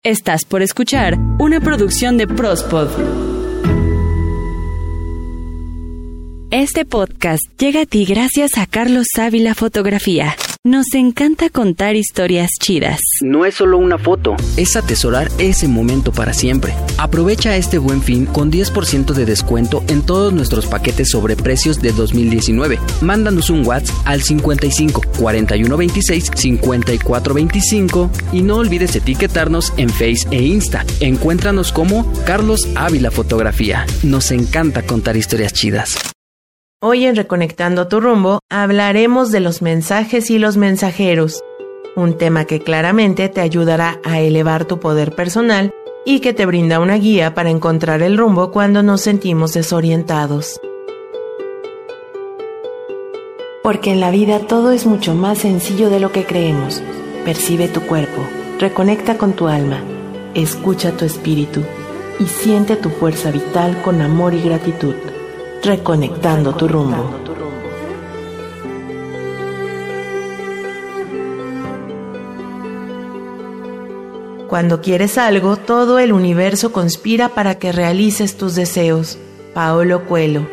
Estás por escuchar una producción de Prospod. Este podcast llega a ti gracias a Carlos Ávila Fotografía. Nos encanta contar historias chidas. No es solo una foto, es atesorar ese momento para siempre. Aprovecha este Buen Fin con 10% de descuento en todos nuestros paquetes sobre precios de 2019. Mándanos un WhatsApp al 55 41 26 54 25 y no olvides etiquetarnos en Face e Insta. Encuéntranos como Carlos Ávila Fotografía. Nos encanta contar historias chidas. Hoy en Reconectando tu Rumbo hablaremos de los mensajes y los mensajeros, un tema que claramente te ayudará a elevar tu poder personal y que te brinda una guía para encontrar el rumbo cuando nos sentimos desorientados. Porque en la vida todo es mucho más sencillo de lo que creemos. Percibe tu cuerpo, reconecta con tu alma, escucha tu espíritu y siente tu fuerza vital con amor y gratitud. Reconectando tu rumbo. Cuando quieres algo, todo el universo conspira para que realices tus deseos. Paolo Coelho.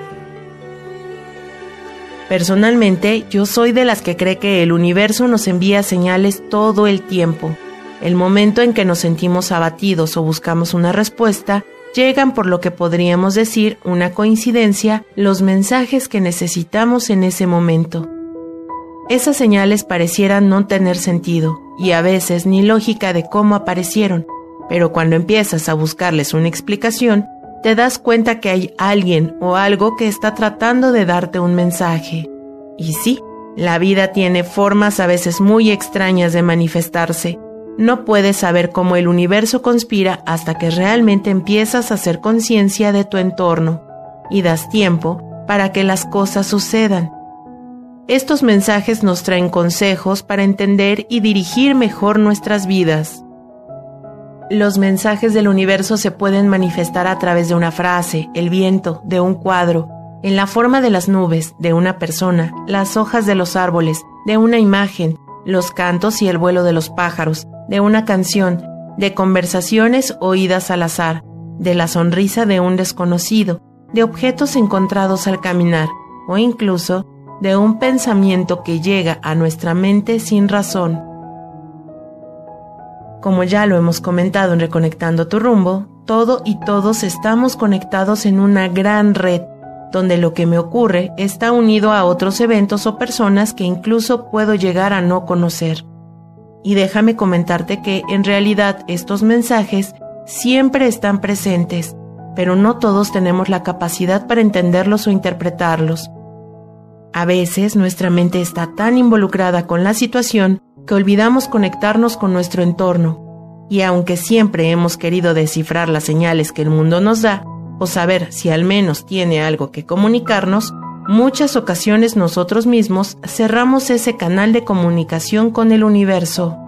Personalmente, yo soy de las que cree que el universo nos envía señales todo el tiempo. El momento en que nos sentimos abatidos o buscamos una respuesta, llegan por lo que podríamos decir una coincidencia los mensajes que necesitamos en ese momento. Esas señales parecieran no tener sentido y a veces ni lógica de cómo aparecieron, pero cuando empiezas a buscarles una explicación, te das cuenta que hay alguien o algo que está tratando de darte un mensaje. Y sí, la vida tiene formas a veces muy extrañas de manifestarse. No puedes saber cómo el universo conspira hasta que realmente empiezas a hacer conciencia de tu entorno y das tiempo para que las cosas sucedan. Estos mensajes nos traen consejos para entender y dirigir mejor nuestras vidas. Los mensajes del universo se pueden manifestar a través de una frase, el viento, de un cuadro, en la forma de las nubes, de una persona, las hojas de los árboles, de una imagen, los cantos y el vuelo de los pájaros, de una canción, de conversaciones oídas al azar, de la sonrisa de un desconocido, de objetos encontrados al caminar, o incluso de un pensamiento que llega a nuestra mente sin razón. Como ya lo hemos comentado en Reconectando tu Rumbo, todo y todos estamos conectados en una gran red, donde lo que me ocurre está unido a otros eventos o personas que incluso puedo llegar a no conocer. Y déjame comentarte que en realidad estos mensajes siempre están presentes, pero no todos tenemos la capacidad para entenderlos o interpretarlos. A veces nuestra mente está tan involucrada con la situación que olvidamos conectarnos con nuestro entorno. Y aunque siempre hemos querido descifrar las señales que el mundo nos da, o saber si al menos tiene algo que comunicarnos, muchas ocasiones nosotros mismos cerramos ese canal de comunicación con el universo.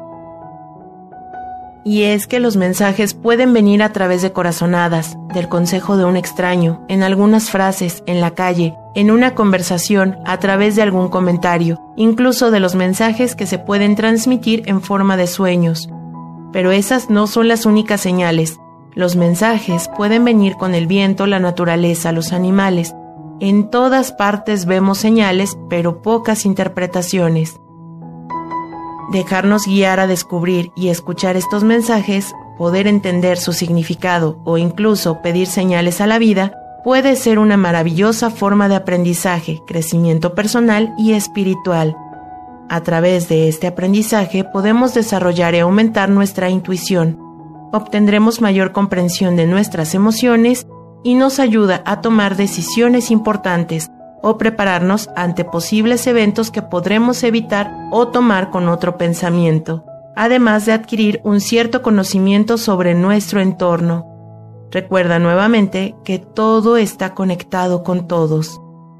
Y es que los mensajes pueden venir a través de corazonadas, del consejo de un extraño, en algunas frases, en la calle, en una conversación, a través de algún comentario, incluso de los mensajes que se pueden transmitir en forma de sueños. Pero esas no son las únicas señales. Los mensajes pueden venir con el viento, la naturaleza, los animales. En todas partes vemos señales, pero pocas interpretaciones. Dejarnos guiar a descubrir y escuchar estos mensajes, poder entender su significado o incluso pedir señales a la vida, puede ser una maravillosa forma de aprendizaje, crecimiento personal y espiritual. A través de este aprendizaje podemos desarrollar y aumentar nuestra intuición. Obtendremos mayor comprensión de nuestras emociones y nos ayuda a tomar decisiones importantes o prepararnos ante posibles eventos que podremos evitar o tomar con otro pensamiento, además de adquirir un cierto conocimiento sobre nuestro entorno. Recuerda nuevamente que todo está conectado con todos.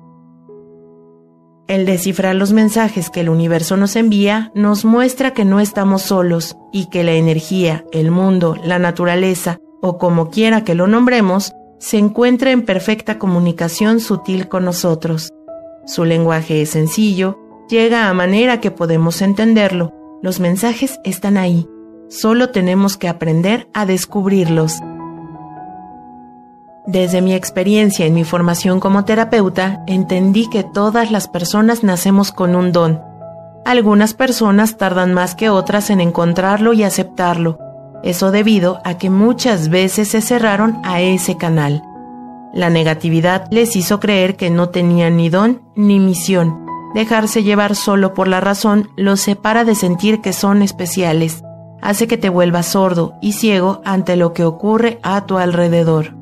El descifrar los mensajes que el universo nos envía nos muestra que no estamos solos y que la energía, el mundo, la naturaleza o como quiera que lo nombremos, se encuentra en perfecta comunicación sutil con nosotros. Su lenguaje es sencillo, llega a manera que podemos entenderlo. Los mensajes están ahí. solo tenemos que aprender a descubrirlos. Desde mi experiencia en mi formación como terapeuta, entendí que todas las personas nacemos con un don. Algunas personas tardan más que otras en encontrarlo y aceptarlo. Eso debido a que muchas veces se cerraron a ese canal. La negatividad les hizo creer que no tenían ni don ni misión. Dejarse llevar solo por la razón los separa de sentir que son especiales. Hace que te vuelvas sordo y ciego ante lo que ocurre a tu alrededor.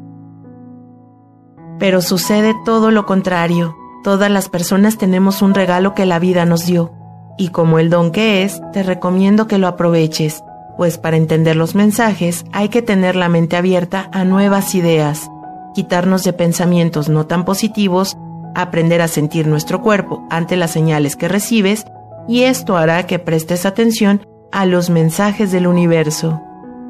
Pero sucede todo lo contrario. Todas las personas tenemos un regalo que la vida nos dio. Y como el don que es, te recomiendo que lo aproveches, pues para entender los mensajes hay que tener la mente abierta a nuevas ideas, quitarnos de pensamientos no tan positivos, aprender a sentir nuestro cuerpo ante las señales que recibes, y esto hará que prestes atención a los mensajes del universo.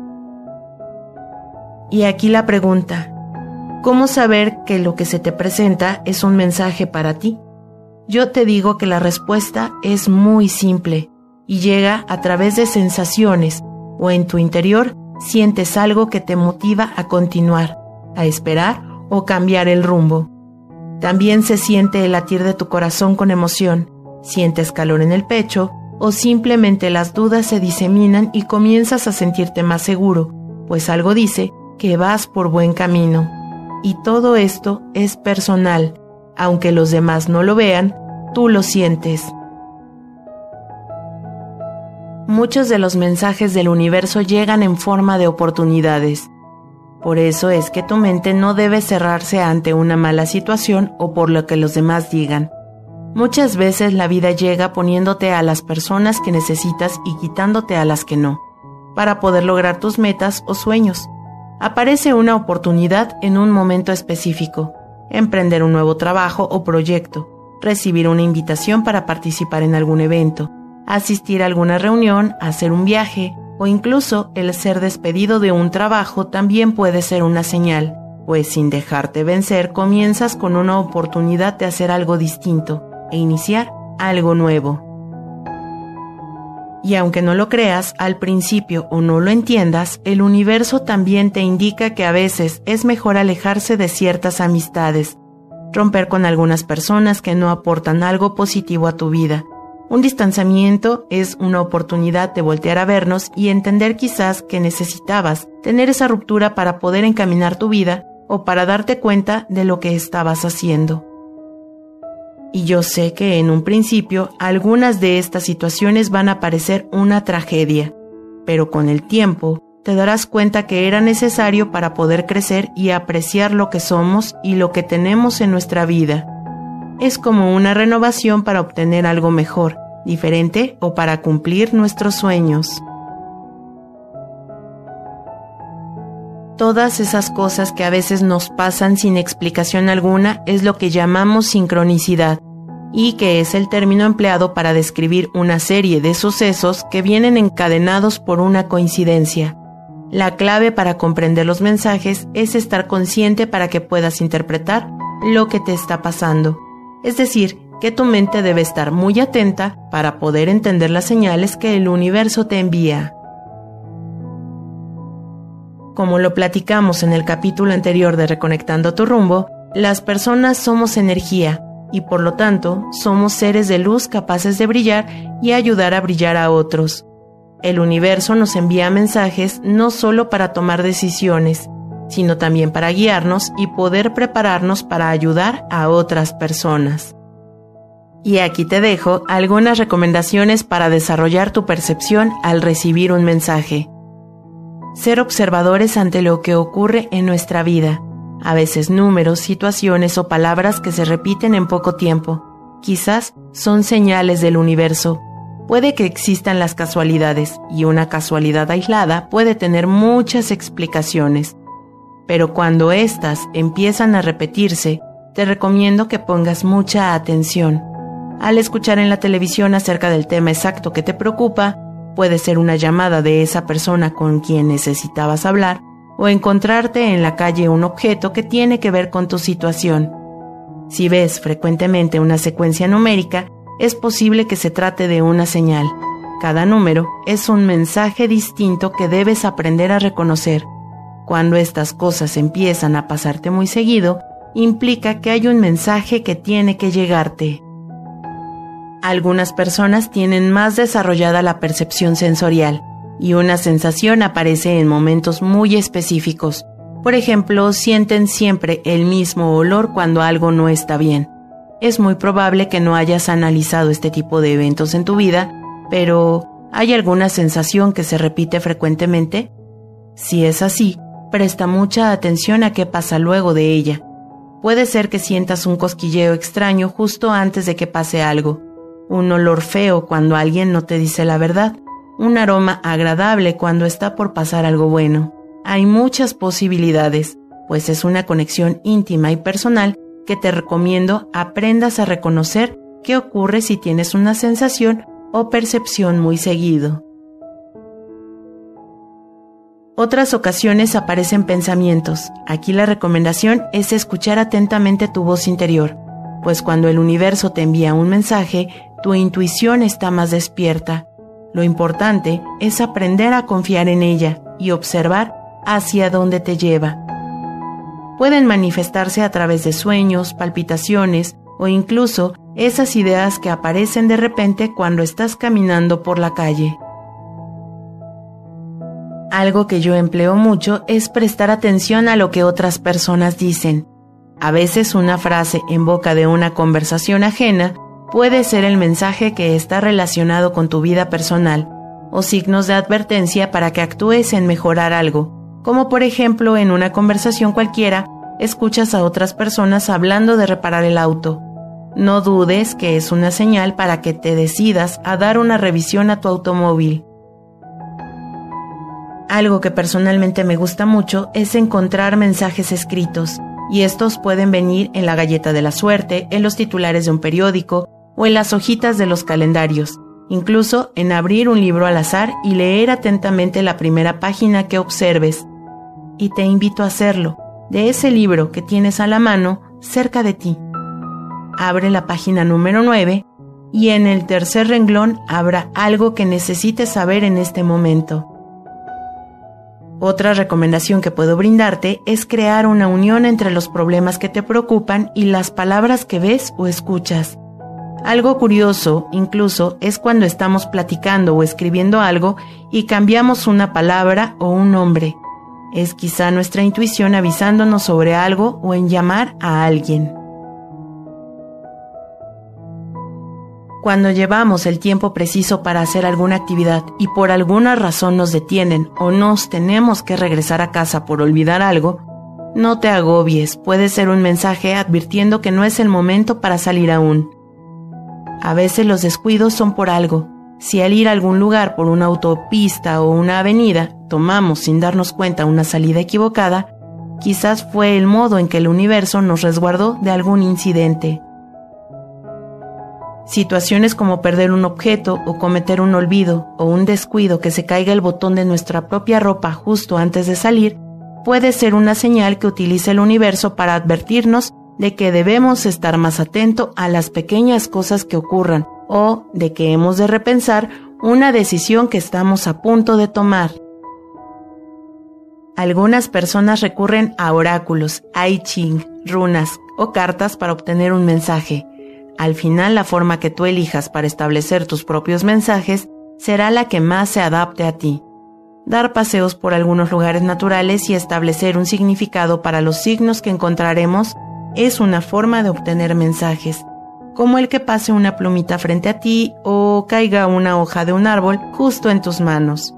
Y aquí la pregunta: ¿cómo saber que lo que se te presenta es un mensaje para ti? Yo te digo que la respuesta es muy simple y llega a través de sensaciones, o en tu interior sientes algo que te motiva a continuar, a esperar o cambiar el rumbo. También se siente el latir de tu corazón con emoción, sientes calor en el pecho o simplemente las dudas se diseminan y comienzas a sentirte más seguro, pues algo dice que vas por buen camino. Y todo esto es personal, aunque los demás no lo vean, tú lo sientes. Muchos de los mensajes del universo llegan en forma de oportunidades. Por eso es que tu mente no debe cerrarse ante una mala situación o por lo que los demás digan. Muchas veces la vida llega poniéndote a las personas que necesitas y quitándote a las que no, para poder lograr tus metas o sueños. Aparece una oportunidad en un momento específico, emprender un nuevo trabajo o proyecto, recibir una invitación para participar en algún evento, asistir a alguna reunión, hacer un viaje, o incluso el ser despedido de un trabajo también puede ser una señal, pues sin dejarte vencer comienzas con una oportunidad de hacer algo distinto e iniciar algo nuevo. Y aunque no lo creas al principio o no lo entiendas, el universo también te indica que a veces es mejor alejarse de ciertas amistades, romper con algunas personas que no aportan algo positivo a tu vida. Un distanciamiento es una oportunidad de voltear a vernos y entender quizás que necesitabas tener esa ruptura para poder encaminar tu vida o para darte cuenta de lo que estabas haciendo. Y yo sé que en un principio algunas de estas situaciones van a parecer una tragedia, pero con el tiempo te darás cuenta que era necesario para poder crecer y apreciar lo que somos y lo que tenemos en nuestra vida. Es como una renovación para obtener algo mejor, diferente o para cumplir nuestros sueños. Todas esas cosas que a veces nos pasan sin explicación alguna es lo que llamamos sincronicidad, y que es el término empleado para describir una serie de sucesos que vienen encadenados por una coincidencia. La clave para comprender los mensajes es estar consciente para que puedas interpretar lo que te está pasando. Es decir, que tu mente debe estar muy atenta para poder entender las señales que el universo te envía. Como lo platicamos en el capítulo anterior de Reconectando tu Rumbo, las personas somos energía y por lo tanto somos seres de luz capaces de brillar y ayudar a brillar a otros. El universo nos envía mensajes no solo para tomar decisiones, sino también para guiarnos y poder prepararnos para ayudar a otras personas. Y aquí te dejo algunas recomendaciones para desarrollar tu percepción al recibir un mensaje. Ser observadores ante lo que ocurre en nuestra vida. A veces números, situaciones o palabras que se repiten en poco tiempo. Quizás son señales del universo. Puede que existan las casualidades, y una casualidad aislada puede tener muchas explicaciones. Pero cuando éstas empiezan a repetirse, te recomiendo que pongas mucha atención. Al escuchar en la televisión acerca del tema exacto que te preocupa, puede ser una llamada de esa persona con quien necesitabas hablar, o encontrarte en la calle un objeto que tiene que ver con tu situación. Si ves frecuentemente una secuencia numérica, es posible que se trate de una señal. Cada número es un mensaje distinto que debes aprender a reconocer. Cuando estas cosas empiezan a pasarte muy seguido, implica que hay un mensaje que tiene que llegarte. Algunas personas tienen más desarrollada la percepción sensorial y una sensación aparece en momentos muy específicos. Por ejemplo, sienten siempre el mismo olor cuando algo no está bien. Es muy probable que no hayas analizado este tipo de eventos en tu vida, pero ¿hay alguna sensación que se repite frecuentemente? Si es así, presta mucha atención a qué pasa luego de ella. Puede ser que sientas un cosquilleo extraño justo antes de que pase algo, un olor feo cuando alguien no te dice la verdad, un aroma agradable cuando está por pasar algo bueno. Hay muchas posibilidades, pues es una conexión íntima y personal que te recomiendo aprendas a reconocer qué ocurre si tienes una sensación o percepción muy seguido. Otras ocasiones aparecen pensamientos. Aquí la recomendación es escuchar atentamente tu voz interior, pues cuando el universo te envía un mensaje, tu intuición está más despierta. Lo importante es aprender a confiar en ella y observar hacia dónde te lleva. Pueden manifestarse a través de sueños, palpitaciones o incluso esas ideas que aparecen de repente cuando estás caminando por la calle. Algo que yo empleo mucho es prestar atención a lo que otras personas dicen. A veces una frase en boca de una conversación ajena puede ser el mensaje que está relacionado con tu vida personal o signos de advertencia para que actúes en mejorar algo, como por ejemplo en una conversación cualquiera escuchas a otras personas hablando de reparar el auto. No dudes que es una señal para que te decidas a dar una revisión a tu automóvil. Algo que personalmente me gusta mucho es encontrar mensajes escritos, y estos pueden venir en la galleta de la suerte, en los titulares de un periódico o en las hojitas de los calendarios, incluso en abrir un libro al azar y leer atentamente la primera página que observes. Y te invito a hacerlo, de ese libro que tienes a la mano cerca de ti. Abre la página número 9 y en el tercer renglón habrá algo que necesites saber en este momento. Otra recomendación que puedo brindarte es crear una unión entre los problemas que te preocupan y las palabras que ves o escuchas. Algo curioso, incluso, es cuando estamos platicando o escribiendo algo y cambiamos una palabra o un nombre. Es quizá nuestra intuición avisándonos sobre algo o en llamar a alguien. Cuando llevamos el tiempo preciso para hacer alguna actividad y por alguna razón nos detienen o nos tenemos que regresar a casa por olvidar algo, no te agobies, puede ser un mensaje advirtiendo que no es el momento para salir aún. A veces los descuidos son por algo. Si al ir a algún lugar por una autopista o una avenida tomamos sin darnos cuenta una salida equivocada, quizás fue el modo en que el universo nos resguardó de algún incidente. Situaciones como perder un objeto o cometer un olvido o un descuido, que se caiga el botón de nuestra propia ropa justo antes de salir, puede ser una señal que utiliza el universo para advertirnos de que debemos estar más atentos a las pequeñas cosas que ocurran o de que hemos de repensar una decisión que estamos a punto de tomar. Algunas personas recurren a oráculos, I Ching, runas o cartas para obtener un mensaje. Al final, la forma que tú elijas para establecer tus propios mensajes será la que más se adapte a ti. Dar paseos por algunos lugares naturales y establecer un significado para los signos que encontraremos es una forma de obtener mensajes, como el que pase una plumita frente a ti o caiga una hoja de un árbol justo en tus manos.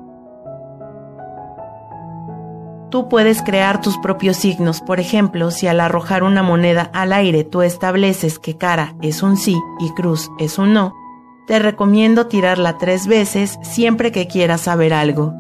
Tú puedes crear tus propios signos. Por ejemplo, si al arrojar una moneda al aire tú estableces que cara es un sí y cruz es un no, te recomiendo tirarla 3 veces siempre que quieras saber algo.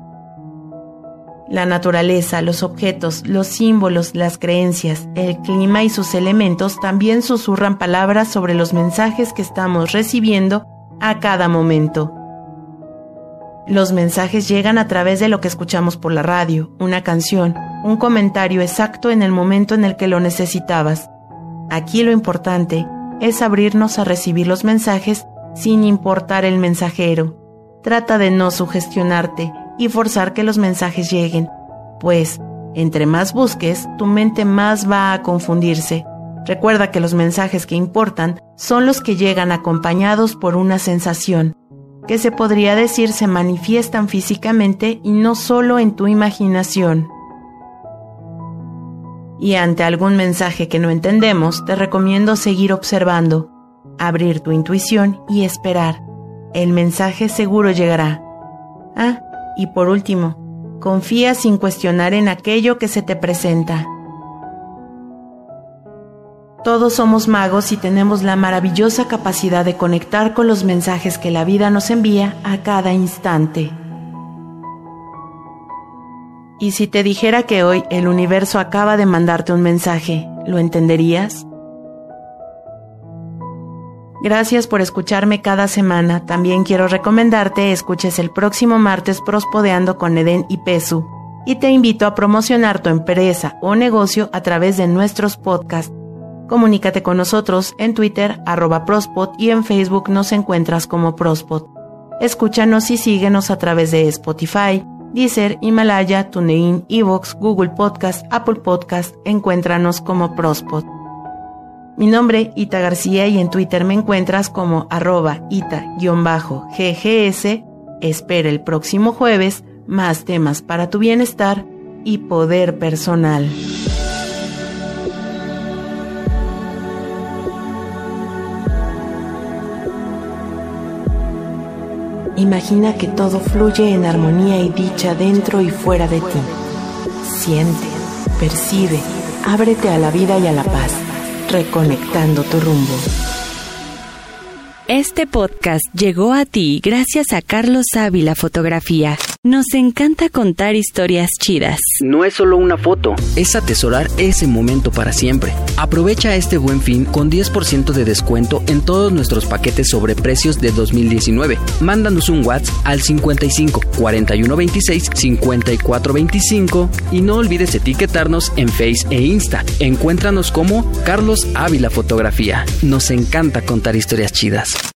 La naturaleza, los objetos, los símbolos, las creencias, el clima y sus elementos también susurran palabras sobre los mensajes que estamos recibiendo a cada momento. Los mensajes llegan a través de lo que escuchamos por la radio, una canción, un comentario exacto en el momento en el que lo necesitabas. Aquí lo importante es abrirnos a recibir los mensajes sin importar el mensajero. Trata de no sugestionarte y forzar que los mensajes lleguen, pues, entre más busques, tu mente más va a confundirse. Recuerda que los mensajes que importan son los que llegan acompañados por una sensación, que se podría decir se manifiestan físicamente y no solo en tu imaginación. Y ante algún mensaje que no entendemos, te recomiendo seguir observando, abrir tu intuición y esperar. El mensaje seguro llegará. Y por último, confía sin cuestionar en aquello que se te presenta. Todos somos magos y tenemos la maravillosa capacidad de conectar con los mensajes que la vida nos envía a cada instante. Y si te dijera que hoy el universo acaba de mandarte un mensaje, ¿lo entenderías? Gracias por escucharme cada semana. También quiero recomendarte escuches el próximo martes Prospodeando con Eden y Pesu. Y te invito a promocionar tu empresa o negocio a través de nuestros podcasts. Comunícate con nosotros en Twitter, @Prospod, y en Facebook nos encuentras como Prospod. Escúchanos y síguenos a través de Spotify, Deezer, Himalaya, TuneIn, iVoox, Google Podcast, Apple Podcast. Encuéntranos como Prospod. Mi nombre, Ita García, y en Twitter me encuentras como @Ita_GGS. Espera el próximo jueves más temas para tu bienestar y poder personal. Imagina que todo fluye en armonía y dicha dentro y fuera de ti. Siente, percibe, ábrete a la vida y a la paz, reconectando tu rumbo. Este podcast llegó a ti gracias a Carlos Ávila Fotografía. Nos encanta contar historias chidas. No es solo una foto, es atesorar ese momento para siempre. Aprovecha este Buen Fin con 10% de descuento en todos nuestros paquetes sobre precios de 2019. Mándanos un WhatsApp al 55 41 26 54 25 y no olvides etiquetarnos en Face e Insta. Encuéntranos como Carlos Ávila Fotografía. Nos encanta contar historias chidas.